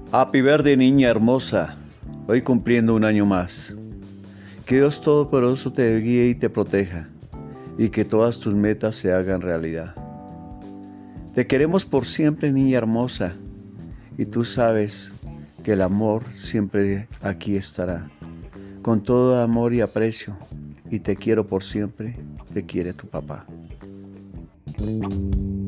Happy birthday, niña hermosa, hoy cumpliendo un año más. Que Dios Todopoderoso te guíe y te proteja, y que todas tus metas se hagan realidad. Te queremos por siempre, niña hermosa, y tú sabes que el amor siempre aquí estará. Con todo amor y aprecio, y te quiero por siempre, te quiere tu papá.